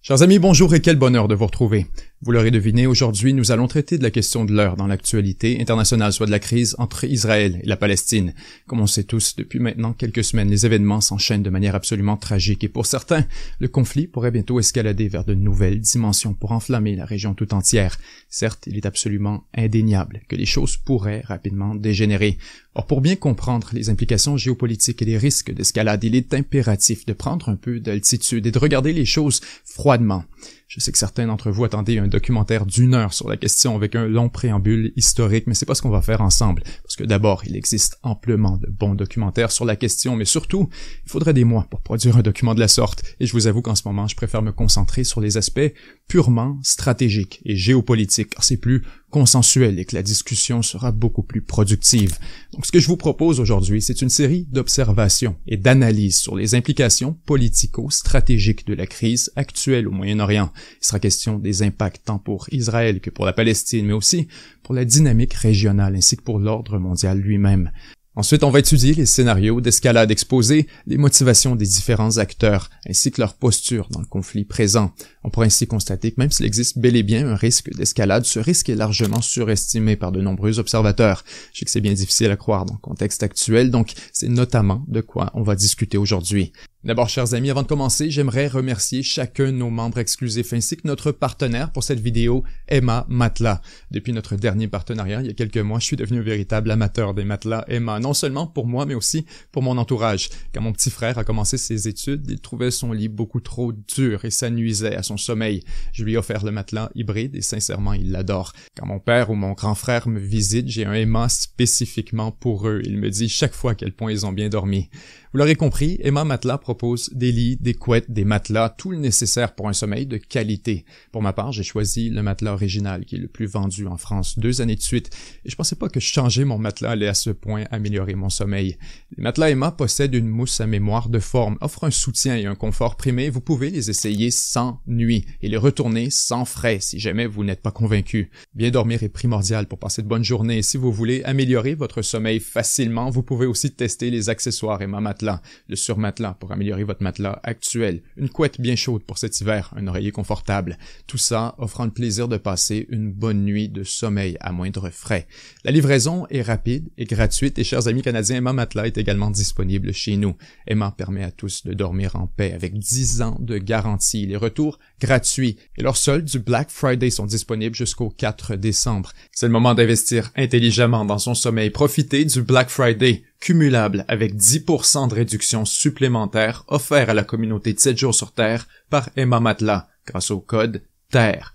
Chers amis, bonjour et quel bonheur de vous retrouver. Vous l'aurez deviné, aujourd'hui, nous allons traiter de la question de l'heure dans l'actualité internationale, soit de la crise entre Israël et la Palestine. Comme on sait tous, depuis maintenant quelques semaines, les événements s'enchaînent de manière absolument tragique et pour certains, le conflit pourrait bientôt escalader vers de nouvelles dimensions pour enflammer la région tout entière. Certes, il est absolument indéniable que les choses pourraient rapidement dégénérer. Or, pour bien comprendre les implications géopolitiques et les risques d'escalade, il est impératif de prendre un peu d'altitude et de regarder les choses froidement. Je sais que certains d'entre vous attendaient un documentaire d'1 heure sur la question avec un long préambule historique, mais c'est pas ce qu'on va faire ensemble. Parce que d'abord, il existe amplement de bons documentaires sur la question, mais surtout, il faudrait des mois pour produire un document de la sorte. Et je vous avoue qu'en ce moment, je préfère me concentrer sur les aspects purement stratégiques et géopolitiques, car c'est plus consensuel et que la discussion sera beaucoup plus productive. Donc ce que je vous propose aujourd'hui, c'est une série d'observations et d'analyses sur les implications politico-stratégiques de la crise actuelle au Moyen-Orient. Il sera question des impacts tant pour Israël que pour la Palestine, mais aussi pour la dynamique régionale ainsi que pour l'ordre mondial lui-même. Ensuite, on va étudier les scénarios d'escalade exposés, les motivations des différents acteurs, ainsi que leur posture dans le conflit présent. On pourra ainsi constater que même s'il existe bel et bien un risque d'escalade, ce risque est largement surestimé par de nombreux observateurs. Je sais que c'est bien difficile à croire dans le contexte actuel, donc c'est notamment de quoi on va discuter aujourd'hui. D'abord, chers amis, avant de commencer, j'aimerais remercier chacun de nos membres exclusifs ainsi que notre partenaire pour cette vidéo, Emma Matelas. Depuis notre dernier partenariat, il y a quelques mois, je suis devenu un véritable amateur des matelas Emma, non seulement pour moi, mais aussi pour mon entourage. Quand mon petit frère a commencé ses études, il trouvait son lit beaucoup trop dur et ça nuisait à son sommeil. Je lui ai offert le matelas hybride et sincèrement, il l'adore. Quand mon père ou mon grand frère me visite, j'ai un Emma spécifiquement pour eux. Il me dit chaque fois à quel point ils ont bien dormi. Vous l'aurez compris, Emma Matelas propose des lits, des couettes, des matelas, tout le nécessaire pour un sommeil de qualité. Pour ma part, j'ai choisi le matelas original qui est le plus vendu en France 2 années de suite et je pensais pas que changer mon matelas allait à ce point améliorer mon sommeil. Les matelas Emma possèdent une mousse à mémoire de forme, offrent un soutien et un confort primé. Vous pouvez les essayer sans nuit et les retourner sans frais si jamais vous n'êtes pas convaincu. Bien dormir est primordial pour passer de bonnes journées et si vous voulez améliorer votre sommeil facilement, vous pouvez aussi tester les accessoires Emma Matelas. Le surmatelas pour améliorer votre matelas actuel, une couette bien chaude pour cet hiver, un oreiller confortable. Tout ça offrant le plaisir de passer une bonne nuit de sommeil à moindre frais. La livraison est rapide et gratuite et chers amis canadiens, Emma Matelas est également disponible chez nous. Emma permet à tous de dormir en paix avec 10 ans de garantie. Les retours gratuits et leurs soldes du Black Friday sont disponibles jusqu'au 4 décembre. C'est le moment d'investir intelligemment dans son sommeil. Profitez du Black Friday cumulable avec 10% de réduction supplémentaire offert à la communauté de 7 jours sur Terre par Emma Matelas grâce au code TERRE,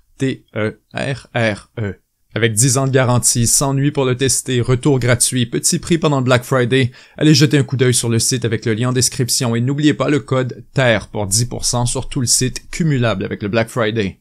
T-E-R-R-E. Avec 10 ans de garantie, 100 nuits pour le tester, retour gratuit, petit prix pendant le Black Friday, allez jeter un coup d'œil sur le site avec le lien en description et n'oubliez pas le code TERRE pour 10% sur tout le site cumulable avec le Black Friday.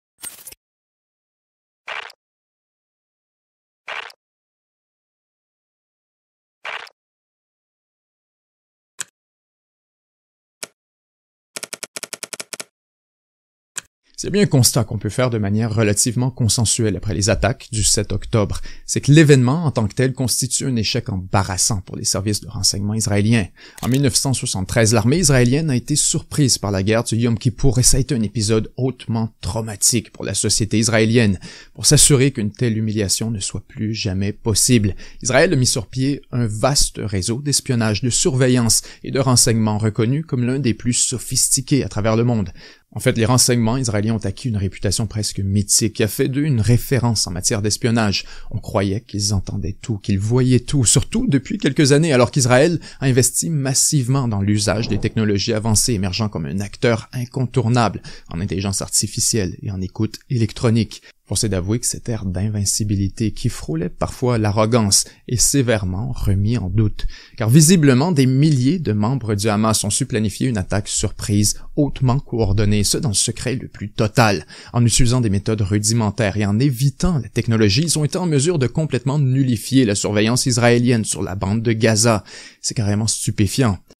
C'est bien un constat qu'on peut faire de manière relativement consensuelle après les attaques du 7 octobre. C'est que l'événement en tant que tel constitue un échec embarrassant pour les services de renseignement israéliens. En 1973, l'armée israélienne a été surprise par la guerre du Yom Kippour et ça a été un épisode hautement traumatique pour la société israélienne. Pour s'assurer qu'une telle humiliation ne soit plus jamais possible, Israël a mis sur pied un vaste réseau d'espionnage, de surveillance et de renseignement reconnu comme l'un des plus sophistiqués à travers le monde. En fait, les renseignements israéliens ont acquis une réputation presque mythique qui a fait d'eux une référence en matière d'espionnage. On croyait qu'ils entendaient tout, qu'ils voyaient tout, surtout depuis quelques années, alors qu'Israël a investi massivement dans l'usage des technologies avancées, émergeant comme un acteur incontournable en intelligence artificielle et en écoute électronique. Force est d'avouer que cet air d'invincibilité qui frôlait parfois l'arrogance est sévèrement remis en doute, car visiblement des milliers de membres du Hamas ont su planifier une attaque surprise hautement coordonnée, ce dans le secret le plus total. En utilisant des méthodes rudimentaires et en évitant la technologie, ils ont été en mesure de complètement nullifier la surveillance israélienne sur la bande de Gaza. C'est carrément stupéfiant.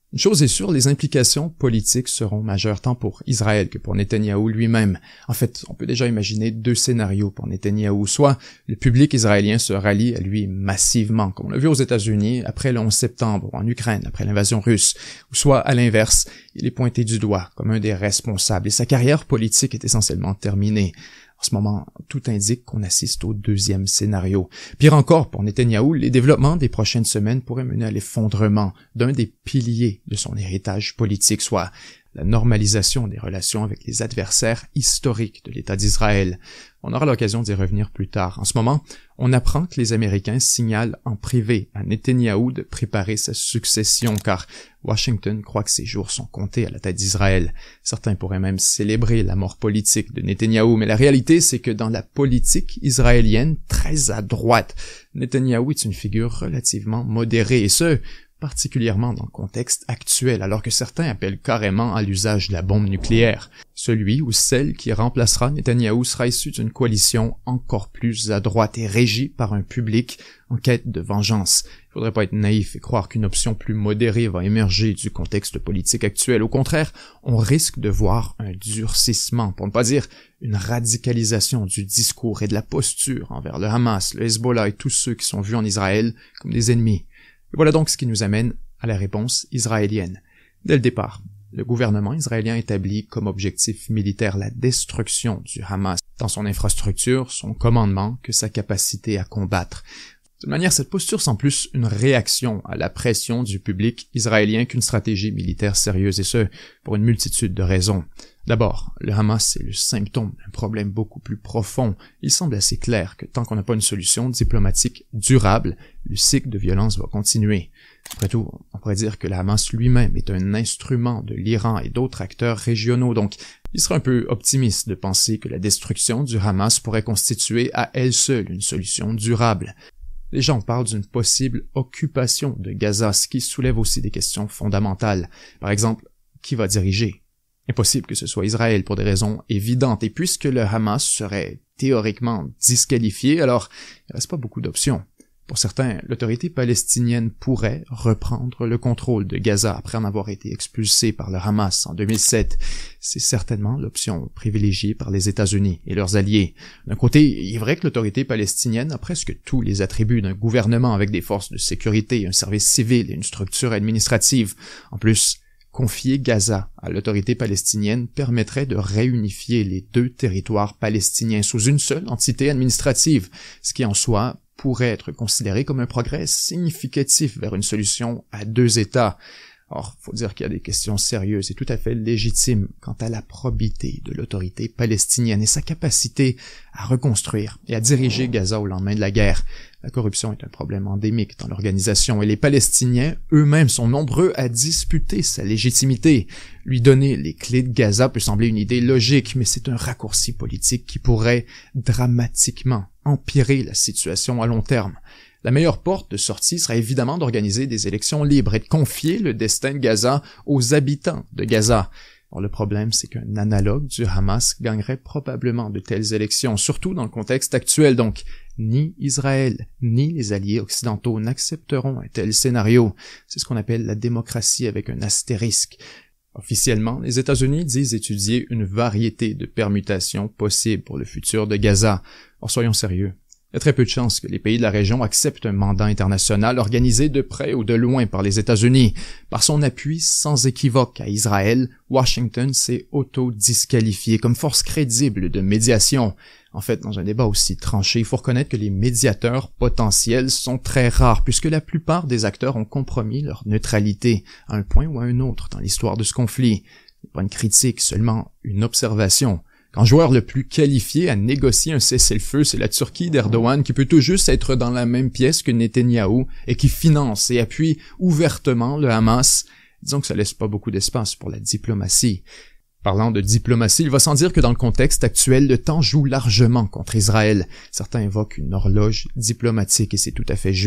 Une chose est sûre, les implications politiques seront majeures tant pour Israël que pour Netanyahou lui-même. En fait, on peut déjà imaginer deux scénarios pour Netanyahou. Soit le public israélien se rallie à lui massivement, comme on l'a vu aux États-Unis après le 11 septembre, ou en Ukraine après l'invasion russe. Ou soit, à l'inverse, il est pointé du doigt comme un des responsables et sa carrière politique est essentiellement terminée. En ce moment, tout indique qu'on assiste au deuxième scénario. Pire encore, pour Netanyahou, les développements des prochaines semaines pourraient mener à l'effondrement d'un des piliers de son héritage politique, soit la normalisation des relations avec les adversaires historiques de l'État d'Israël. On aura l'occasion d'y revenir plus tard. En ce moment, on apprend que les Américains signalent en privé à Netanyahou de préparer sa succession, car Washington croit que ses jours sont comptés à la tête d'Israël. Certains pourraient même célébrer la mort politique de Netanyahou, mais la réalité, c'est que dans la politique israélienne très à droite, Netanyahou est une figure relativement modérée, et ce, particulièrement dans le contexte actuel, alors que certains appellent carrément à l'usage de la bombe nucléaire. Celui ou celle qui remplacera Netanyahou sera issu d'une coalition encore plus à droite et régie par un public en quête de vengeance. Il faudrait pas être naïf et croire qu'une option plus modérée va émerger du contexte politique actuel. Au contraire, on risque de voir un durcissement, pour ne pas dire une radicalisation du discours et de la posture envers le Hamas, le Hezbollah et tous ceux qui sont vus en Israël comme des ennemis. Et voilà donc ce qui nous amène à la réponse israélienne. Dès le départ, le gouvernement israélien établit comme objectif militaire la destruction du Hamas, tant son infrastructure, son commandement, que sa capacité à combattre. De toute manière, cette posture semble plus une réaction à la pression du public israélien qu'une stratégie militaire sérieuse, et ce, pour une multitude de raisons. D'abord, le Hamas est le symptôme d'un problème beaucoup plus profond. Il semble assez clair que tant qu'on n'a pas une solution diplomatique durable, le cycle de violence va continuer. Après tout, on pourrait dire que le Hamas lui-même est un instrument de l'Iran et d'autres acteurs régionaux, donc il serait un peu optimiste de penser que la destruction du Hamas pourrait constituer à elle seule une solution durable. Les gens parlent d'une possible occupation de Gaza, ce qui soulève aussi des questions fondamentales. Par exemple, qui va diriger? Impossible que ce soit Israël pour des raisons évidentes, et puisque le Hamas serait théoriquement disqualifié, alors il ne reste pas beaucoup d'options. Pour certains, l'autorité palestinienne pourrait reprendre le contrôle de Gaza après en avoir été expulsée par le Hamas en 2007. C'est certainement l'option privilégiée par les États-Unis et leurs alliés. D'un côté, il est vrai que l'autorité palestinienne a presque tous les attributs d'un gouvernement avec des forces de sécurité, un service civil et une structure administrative. En plus, confier Gaza à l'autorité palestinienne permettrait de réunifier les deux territoires palestiniens sous une seule entité administrative, ce qui en soi pourrait être considéré comme un progrès significatif vers une solution à deux États. Or, faut dire qu'il y a des questions sérieuses et tout à fait légitimes quant à la probité de l'autorité palestinienne et sa capacité à reconstruire et à diriger Gaza au lendemain de la guerre. La corruption est un problème endémique dans l'organisation et les Palestiniens eux-mêmes sont nombreux à disputer sa légitimité. Lui donner les clés de Gaza peut sembler une idée logique, mais c'est un raccourci politique qui pourrait dramatiquement empirer la situation à long terme. La meilleure porte de sortie serait évidemment d'organiser des élections libres et de confier le destin de Gaza aux habitants de Gaza. Or, le problème, c'est qu'un analogue du Hamas gagnerait probablement de telles élections, surtout dans le contexte actuel. Donc, ni Israël, ni les alliés occidentaux n'accepteront un tel scénario. C'est ce qu'on appelle la démocratie avec un astérisque. Officiellement, les États-Unis disent étudier une variété de permutations possibles pour le futur de Gaza. Or, soyons sérieux. Il y a très peu de chances que les pays de la région acceptent un mandat international organisé de près ou de loin par les États-Unis. Par son appui sans équivoque à Israël, Washington s'est auto-disqualifié comme force crédible de médiation. En fait, dans un débat aussi tranché, il faut reconnaître que les médiateurs potentiels sont très rares, puisque la plupart des acteurs ont compromis leur neutralité à un point ou à un autre dans l'histoire de ce conflit. Ce n'est pas une critique, seulement une observation. Quand le joueur le plus qualifié à négocier un cessez-le-feu, c'est la Turquie d'Erdogan qui peut tout juste être dans la même pièce que Netanyahou et qui finance et appuie ouvertement le Hamas, disons que ça laisse pas beaucoup d'espace pour la diplomatie. Parlant de diplomatie, il va sans dire que dans le contexte actuel, le temps joue largement contre Israël. Certains évoquent une horloge diplomatique et c'est tout à fait juste.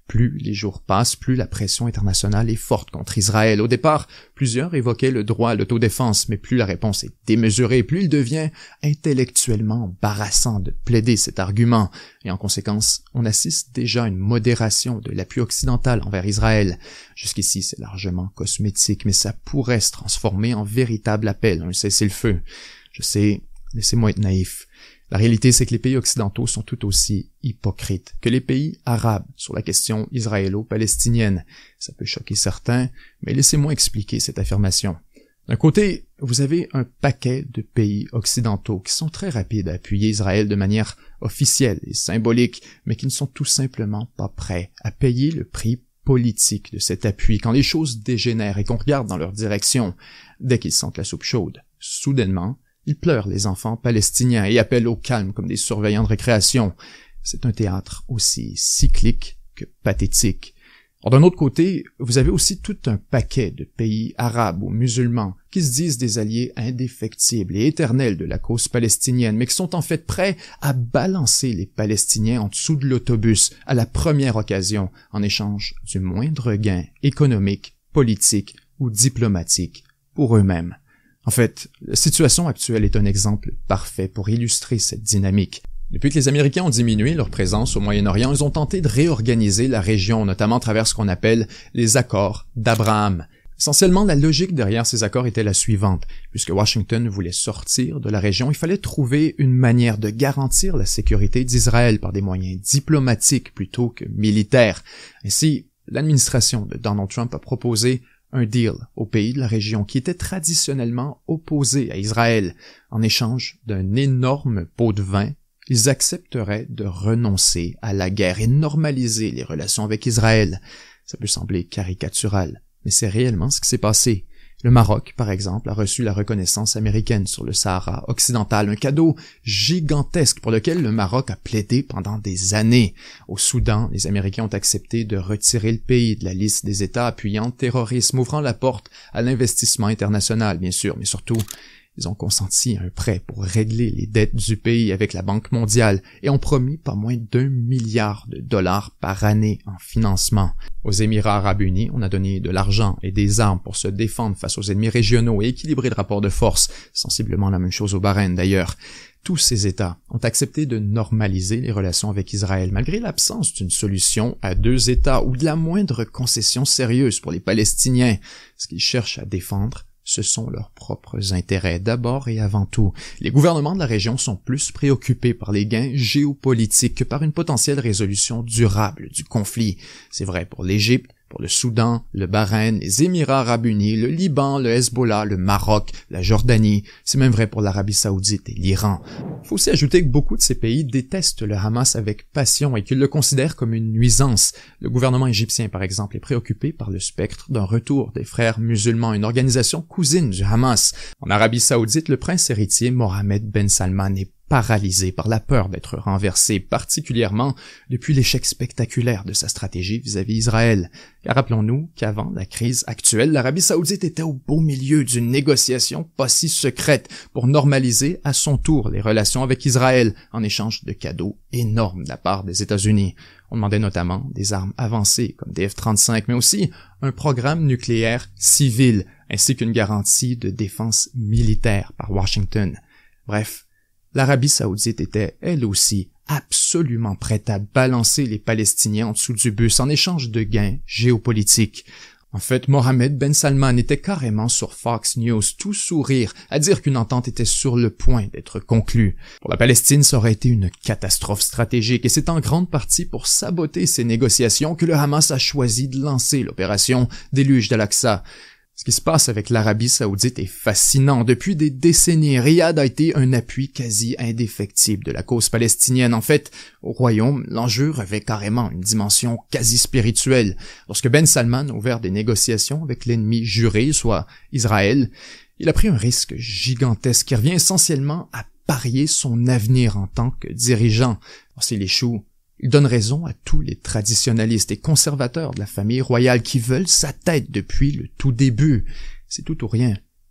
Plus les jours passent, plus la pression internationale est forte contre Israël. Au départ, plusieurs évoquaient le droit à l'autodéfense, mais plus la réponse est démesurée, plus il devient intellectuellement embarrassant de plaider cet argument. Et en conséquence, on assiste déjà à une modération de l'appui occidental envers Israël. Jusqu'ici, c'est largement cosmétique, mais ça pourrait se transformer en véritable appel à un cessez-le-feu. Je sais, laissez-moi être naïf. La réalité, c'est que les pays occidentaux sont tout aussi hypocrites que les pays arabes sur la question israélo-palestinienne. Ça peut choquer certains, mais laissez-moi expliquer cette affirmation. D'un côté, vous avez un paquet de pays occidentaux qui sont très rapides à appuyer Israël de manière officielle et symbolique, mais qui ne sont tout simplement pas prêts à payer le prix politique de cet appui quand les choses dégénèrent et qu'on regarde dans leur direction. Dès qu'ils sentent la soupe chaude, soudainement, ils pleurent les enfants palestiniens et appellent au calme comme des surveillants de récréation. C'est un théâtre aussi cyclique que pathétique. Or, d'un autre côté, vous avez aussi tout un paquet de pays arabes ou musulmans qui se disent des alliés indéfectibles et éternels de la cause palestinienne, mais qui sont en fait prêts à balancer les Palestiniens en dessous de l'autobus à la première occasion en échange du moindre gain économique, politique ou diplomatique pour eux-mêmes. En fait, la situation actuelle est un exemple parfait pour illustrer cette dynamique. Depuis que les Américains ont diminué leur présence au Moyen-Orient, ils ont tenté de réorganiser la région, notamment à travers ce qu'on appelle les accords d'Abraham. Essentiellement, la logique derrière ces accords était la suivante. Puisque Washington voulait sortir de la région, il fallait trouver une manière de garantir la sécurité d'Israël par des moyens diplomatiques plutôt que militaires. Ainsi, l'administration de Donald Trump a proposé un deal aux pays de la région qui étaient traditionnellement opposés à Israël. En échange d'un énorme pot de vin, ils accepteraient de renoncer à la guerre et normaliser les relations avec Israël. Ça peut sembler caricatural, mais c'est réellement ce qui s'est passé. Le Maroc, par exemple, a reçu la reconnaissance américaine sur le Sahara occidental, un cadeau gigantesque pour lequel le Maroc a plaidé pendant des années. Au Soudan, les Américains ont accepté de retirer le pays de la liste des États appuyant le terrorisme, ouvrant la porte à l'investissement international, bien sûr, mais surtout, ils ont consenti à un prêt pour régler les dettes du pays avec la Banque mondiale et ont promis pas moins d'1 milliard de dollars par année en financement. Aux Émirats arabes unis, on a donné de l'argent et des armes pour se défendre face aux ennemis régionaux et équilibrer le rapport de force, sensiblement la même chose au Bahreïn d'ailleurs. Tous ces États ont accepté de normaliser les relations avec Israël malgré l'absence d'une solution à deux États ou de la moindre concession sérieuse pour les Palestiniens. Ce qu'ils cherchent à défendre, ce sont leurs propres intérêts, d'abord et avant tout. Les gouvernements de la région sont plus préoccupés par les gains géopolitiques que par une potentielle résolution durable du conflit. C'est vrai pour l'Égypte, pour le Soudan, le Bahreïn, les Émirats arabes unis, le Liban, le Hezbollah, le Maroc, la Jordanie. C'est même vrai pour l'Arabie saoudite et l'Iran. Il faut aussi ajouter que beaucoup de ces pays détestent le Hamas avec passion et qu'ils le considèrent comme une nuisance. Le gouvernement égyptien, par exemple, est préoccupé par le spectre d'un retour des frères musulmans, une organisation cousine du Hamas. En Arabie saoudite, le prince héritier Mohammed Ben Salman est paralysé par la peur d'être renversé, particulièrement depuis l'échec spectaculaire de sa stratégie vis-à-vis Israël. Car rappelons-nous qu'avant la crise actuelle, l'Arabie saoudite était au beau milieu d'une négociation pas si secrète pour normaliser à son tour les relations avec Israël en échange de cadeaux énormes de la part des États-Unis. On demandait notamment des armes avancées comme des F-35, mais aussi un programme nucléaire civil, ainsi qu'une garantie de défense militaire par Washington. Bref, l'Arabie saoudite était, elle aussi, absolument prête à balancer les Palestiniens en dessous du bus en échange de gains géopolitiques. En fait, Mohammed Ben Salman était carrément sur Fox News, tout sourire, à dire qu'une entente était sur le point d'être conclue. Pour la Palestine, ça aurait été une catastrophe stratégique, et c'est en grande partie pour saboter ces négociations que le Hamas a choisi de lancer l'opération Déluge d'Al-Aqsa. Ce qui se passe avec l'Arabie saoudite est fascinant. Depuis des décennies, Riyad a été un appui quasi indéfectible de la cause palestinienne. En fait, au royaume, l'enjeu revêt carrément une dimension quasi spirituelle. Lorsque Ben Salman a ouvert des négociations avec l'ennemi juré, soit Israël, il a pris un risque gigantesque qui revient essentiellement à parier son avenir en tant que dirigeant. Alors, s'il échoue, il donne raison à tous les traditionalistes et conservateurs de la famille royale qui veulent sa tête depuis le tout début. C'est tout ou rien.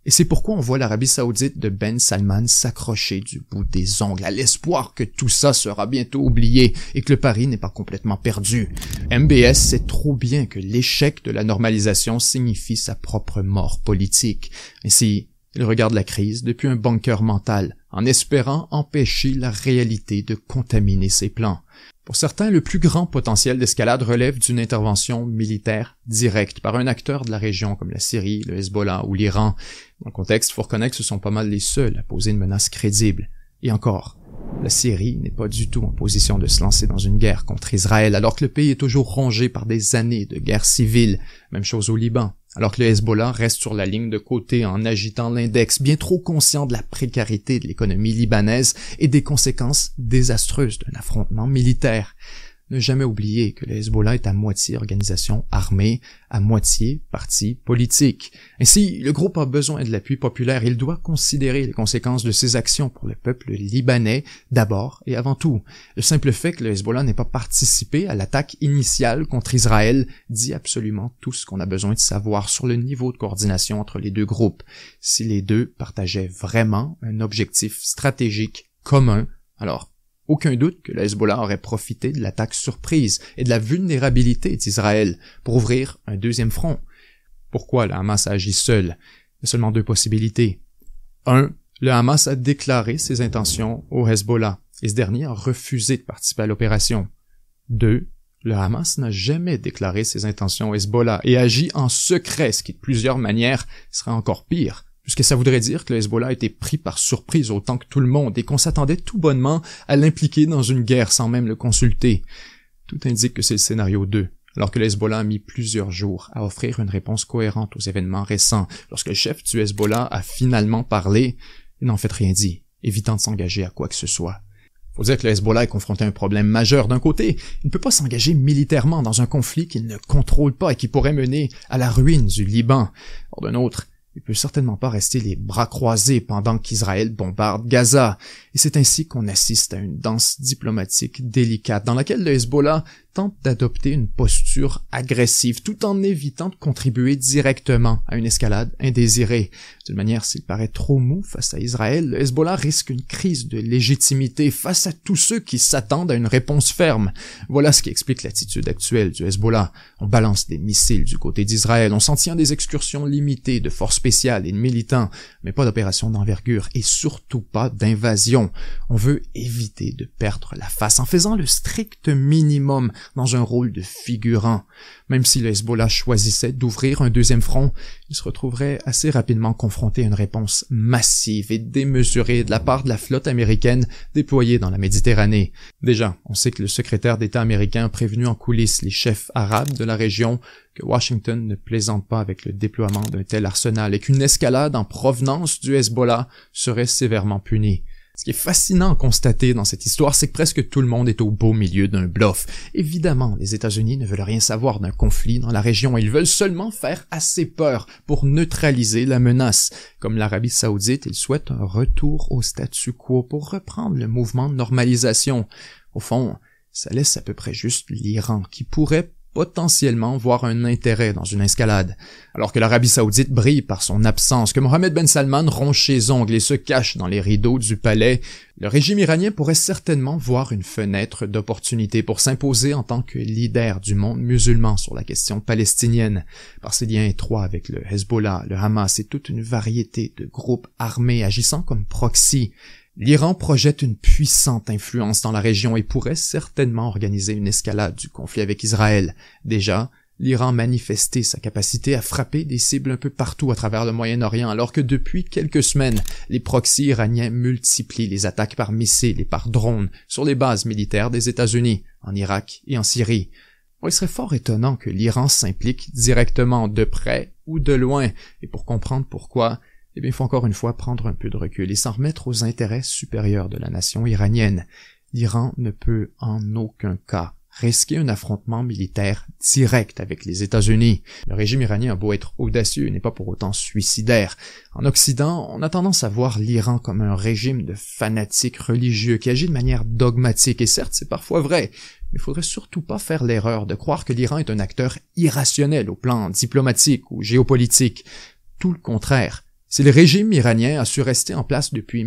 Et c'est pourquoi on voit l'Arabie Saoudite de Ben Salman s'accrocher du bout des ongles à l'espoir que tout ça sera bientôt oublié et que le pari n'est pas complètement perdu. MBS sait trop bien que l'échec de la normalisation signifie sa propre mort politique. Ainsi, il regarde la crise depuis un bunker mental, en espérant empêcher la réalité de contaminer ses plans. Pour certains, le plus grand potentiel d'escalade relève d'une intervention militaire directe par un acteur de la région comme la Syrie, le Hezbollah ou l'Iran. Dans le contexte, il faut reconnaître que ce sont pas mal les seuls à poser une menace crédible. Et encore, la Syrie n'est pas du tout en position de se lancer dans une guerre contre Israël, alors que le pays est toujours rongé par des années de guerre civile. Même chose au Liban. Alors que le Hezbollah reste sur la ligne de côté en agitant l'index, bien trop conscient de la précarité de l'économie libanaise et des conséquences désastreuses d'un affrontement militaire. Ne jamais oublier que le Hezbollah est à moitié organisation armée, à moitié parti politique. Ainsi, le groupe a besoin de l'appui populaire. Il doit considérer les conséquences de ses actions pour le peuple libanais, d'abord et avant tout. Le simple fait que le Hezbollah n'ait pas participé à l'attaque initiale contre Israël dit absolument tout ce qu'on a besoin de savoir sur le niveau de coordination entre les deux groupes. Si les deux partageaient vraiment un objectif stratégique commun, alors aucun doute que le Hezbollah aurait profité de l'attaque surprise et de la vulnérabilité d'Israël pour ouvrir un deuxième front. Pourquoi le Hamas a agi seul? Il y a seulement deux possibilités. 1. Le Hamas a déclaré ses intentions au Hezbollah et ce dernier a refusé de participer à l'opération. 2. Le Hamas n'a jamais déclaré ses intentions au Hezbollah et agit en secret, ce qui de plusieurs manières serait encore pire. Puisque ça voudrait dire que le Hezbollah a été pris par surprise autant que tout le monde et qu'on s'attendait tout bonnement à l'impliquer dans une guerre sans même le consulter. Tout indique que c'est le scénario 2, alors que le Hezbollah a mis plusieurs jours à offrir une réponse cohérente aux événements récents. Lorsque le chef du Hezbollah a finalement parlé, il n'a en fait rien dit, évitant de s'engager à quoi que ce soit. Faut dire que le Hezbollah est confronté à un problème majeur. D'un côté, il ne peut pas s'engager militairement dans un conflit qu'il ne contrôle pas et qui pourrait mener à la ruine du Liban. Or d'un autre, il peut certainement pas rester les bras croisés pendant qu'Israël bombarde Gaza. Et c'est ainsi qu'on assiste à une danse diplomatique délicate dans laquelle le Hezbollah tente d'adopter une posture agressive tout en évitant de contribuer directement à une escalade indésirée. D'une manière, s'il paraît trop mou face à Israël, le Hezbollah risque une crise de légitimité face à tous ceux qui s'attendent à une réponse ferme. Voilà ce qui explique l'attitude actuelle du Hezbollah. On balance des missiles du côté d'Israël, on s'en tient à des excursions limitées de forces spéciales et de militants, mais pas d'opération d'envergure et surtout pas d'invasion. On veut éviter de perdre la face en faisant le strict minimum dans un rôle de figurant. Même si le Hezbollah choisissait d'ouvrir un deuxième front, il se retrouverait assez rapidement confronté à une réponse massive et démesurée de la part de la flotte américaine déployée dans la Méditerranée. Déjà, on sait que le secrétaire d'État américain a prévenu en coulisses les chefs arabes de la région que Washington ne plaisante pas avec le déploiement d'un tel arsenal et qu'une escalade en provenance du Hezbollah serait sévèrement punie. Ce qui est fascinant à constater dans cette histoire, c'est que presque tout le monde est au beau milieu d'un bluff. Évidemment, les États-Unis ne veulent rien savoir d'un conflit dans la région, ils veulent seulement faire assez peur pour neutraliser la menace. Comme l'Arabie Saoudite, ils souhaitent un retour au statu quo pour reprendre le mouvement de normalisation. Au fond, ça laisse à peu près juste l'Iran qui pourrait potentiellement voir un intérêt dans une escalade. Alors que l'Arabie Saoudite brille par son absence, que Mohammed Ben Salman ronge ses ongles et se cache dans les rideaux du palais, le régime iranien pourrait certainement voir une fenêtre d'opportunité pour s'imposer en tant que leader du monde musulman sur la question palestinienne. Par ses liens étroits avec le Hezbollah, le Hamas et toute une variété de groupes armés agissant comme proxy, l'Iran projette une puissante influence dans la région et pourrait certainement organiser une escalade du conflit avec Israël. Déjà, l'Iran manifestait sa capacité à frapper des cibles un peu partout à travers le Moyen-Orient, alors que depuis quelques semaines, les proxys iraniens multiplient les attaques par missiles et par drones sur les bases militaires des États-Unis, en Irak et en Syrie. Il serait fort étonnant que l'Iran s'implique directement de près ou de loin, et pour comprendre pourquoi, il faut encore une fois prendre un peu de recul et s'en remettre aux intérêts supérieurs de la nation iranienne. L'Iran ne peut en aucun cas risquer un affrontement militaire direct avec les États-Unis. Le régime iranien a beau être audacieux, il n'est pas pour autant suicidaire. En Occident, on a tendance à voir l'Iran comme un régime de fanatiques religieux qui agit de manière dogmatique, et certes c'est parfois vrai, mais il faudrait surtout pas faire l'erreur de croire que l'Iran est un acteur irrationnel au plan diplomatique ou géopolitique. Tout le contraire. Si le régime iranien a su rester en place depuis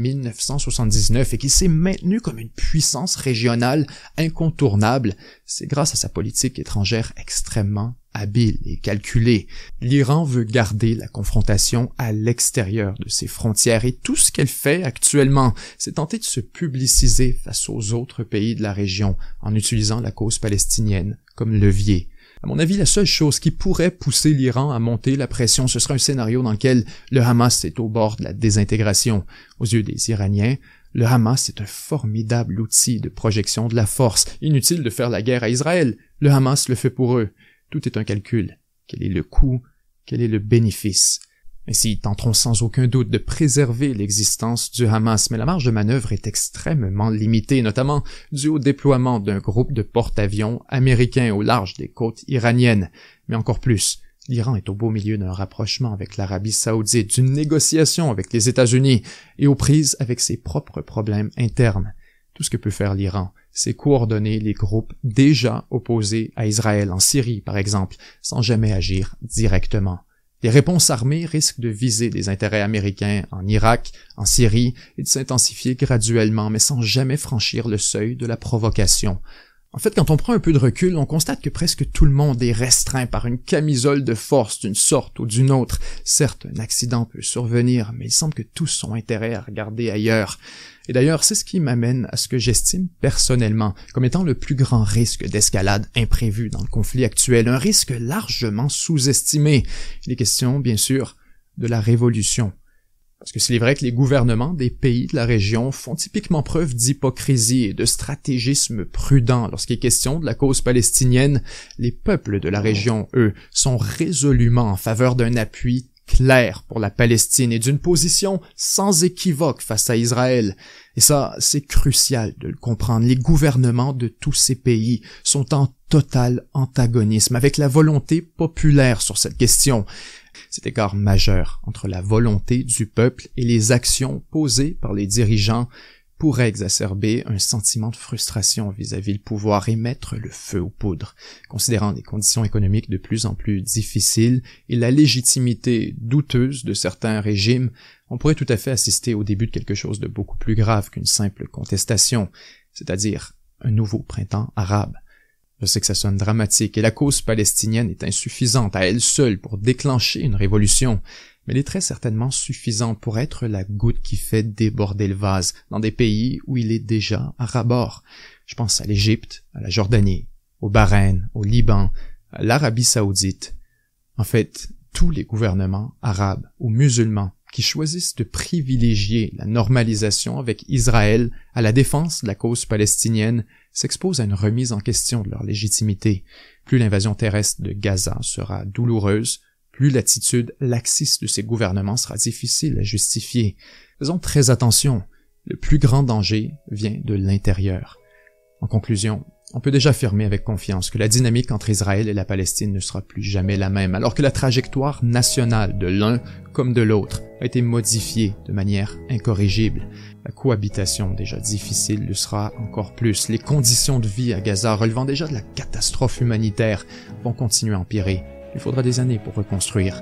1979 et qu'il s'est maintenu comme une puissance régionale incontournable, c'est grâce à sa politique étrangère extrêmement habile et calculée. L'Iran veut garder la confrontation à l'extérieur de ses frontières et tout ce qu'elle fait actuellement, c'est tenter de se publiciser face aux autres pays de la région en utilisant la cause palestinienne comme levier. À mon avis, la seule chose qui pourrait pousser l'Iran à monter la pression, ce serait un scénario dans lequel le Hamas est au bord de la désintégration. Aux yeux des Iraniens, le Hamas est un formidable outil de projection de la force. Inutile de faire la guerre à Israël. Le Hamas le fait pour eux. Tout est un calcul. Quel est le coût? Quel est le bénéfice? Ainsi, ils tenteront sans aucun doute de préserver l'existence du Hamas, mais la marge de manœuvre est extrêmement limitée, notamment dû au déploiement d'un groupe de porte-avions américains au large des côtes iraniennes. Mais encore plus, l'Iran est au beau milieu d'un rapprochement avec l'Arabie saoudite, d'une négociation avec les États-Unis et aux prises avec ses propres problèmes internes. Tout ce que peut faire l'Iran, c'est coordonner les groupes déjà opposés à Israël en Syrie, par exemple, sans jamais agir directement. Les réponses armées risquent de viser des intérêts américains en Irak, en Syrie, et de s'intensifier graduellement, mais sans jamais franchir le seuil de la provocation. En fait, quand on prend un peu de recul, on constate que presque tout le monde est restreint par une camisole de force d'une sorte ou d'une autre. Certes, un accident peut survenir, mais il semble que tous ont intérêt à regarder ailleurs. Et d'ailleurs, c'est ce qui m'amène à ce que j'estime personnellement comme étant le plus grand risque d'escalade imprévue dans le conflit actuel, un risque largement sous-estimé. Il est question, bien sûr, de la révolution. Parce que s'il est vrai que les gouvernements des pays de la région font typiquement preuve d'hypocrisie et de stratégisme prudent lorsqu'il est question de la cause palestinienne, les peuples de la région, eux, sont résolument en faveur d'un appui clair pour la Palestine et d'une position sans équivoque face à Israël. Et ça, c'est crucial de le comprendre. Les gouvernements de tous ces pays sont en total antagonisme avec la volonté populaire sur cette question. Cet écart majeur entre la volonté du peuple et les actions posées par les dirigeants pourrait exacerber un sentiment de frustration vis-à-vis le pouvoir et mettre le feu aux poudres. Considérant les conditions économiques de plus en plus difficiles et la légitimité douteuse de certains régimes, on pourrait tout à fait assister au début de quelque chose de beaucoup plus grave qu'une simple contestation, c'est-à-dire un nouveau printemps arabe. Je sais que ça sonne dramatique et la cause palestinienne est insuffisante à elle seule pour déclencher une révolution, mais elle est très certainement suffisante pour être la goutte qui fait déborder le vase dans des pays où il est déjà à ras-bord. Je pense à l'Égypte, à la Jordanie, au Bahreïn, au Liban, à l'Arabie saoudite. En fait, tous les gouvernements arabes ou musulmans qui choisissent de privilégier la normalisation avec Israël à la défense de la cause palestinienne s'exposent à une remise en question de leur légitimité. Plus l'invasion terrestre de Gaza sera douloureuse, plus l'attitude laxiste de ces gouvernements sera difficile à justifier. Faisons très attention, le plus grand danger vient de l'intérieur. En conclusion, on peut déjà affirmer avec confiance que la dynamique entre Israël et la Palestine ne sera plus jamais la même, alors que la trajectoire nationale de l'un comme de l'autre a été modifiée de manière incorrigible. La cohabitation, déjà difficile, le sera encore plus. Les conditions de vie à Gaza, relevant déjà de la catastrophe humanitaire, vont continuer à empirer. Il faudra des années pour reconstruire.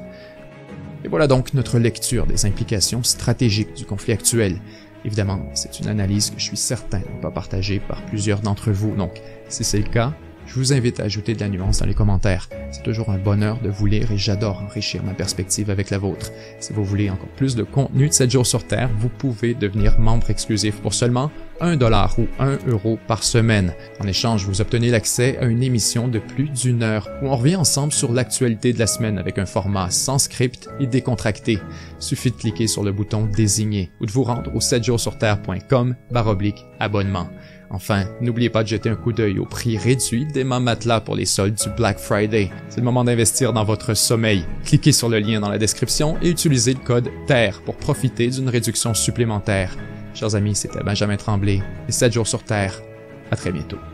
Et voilà donc notre lecture des implications stratégiques du conflit actuel. Évidemment, c'est une analyse que je suis certain de ne pas partager par plusieurs d'entre vous, donc si c'est le cas, je vous invite à ajouter de la nuance dans les commentaires. C'est toujours un bonheur de vous lire et j'adore enrichir ma perspective avec la vôtre. Si vous voulez encore plus de contenu de 7 jours sur Terre, vous pouvez devenir membre exclusif pour seulement $1 ou €1 par semaine. En échange, vous obtenez l'accès à une émission de plus d'1 heure où on revient ensemble sur l'actualité de la semaine avec un format sans script et décontracté. Suffit de cliquer sur le bouton désigné ou de vous rendre au 7jourssurterre.com/abonnement. Enfin, n'oubliez pas de jeter un coup d'œil au prix réduit d'Emma Matelas pour les soldes du Black Friday. C'est le moment d'investir dans votre sommeil. Cliquez sur le lien dans la description et utilisez le code TERRE pour profiter d'une réduction supplémentaire. Chers amis, c'était Benjamin Tremblay et 7 jours sur Terre. À très bientôt.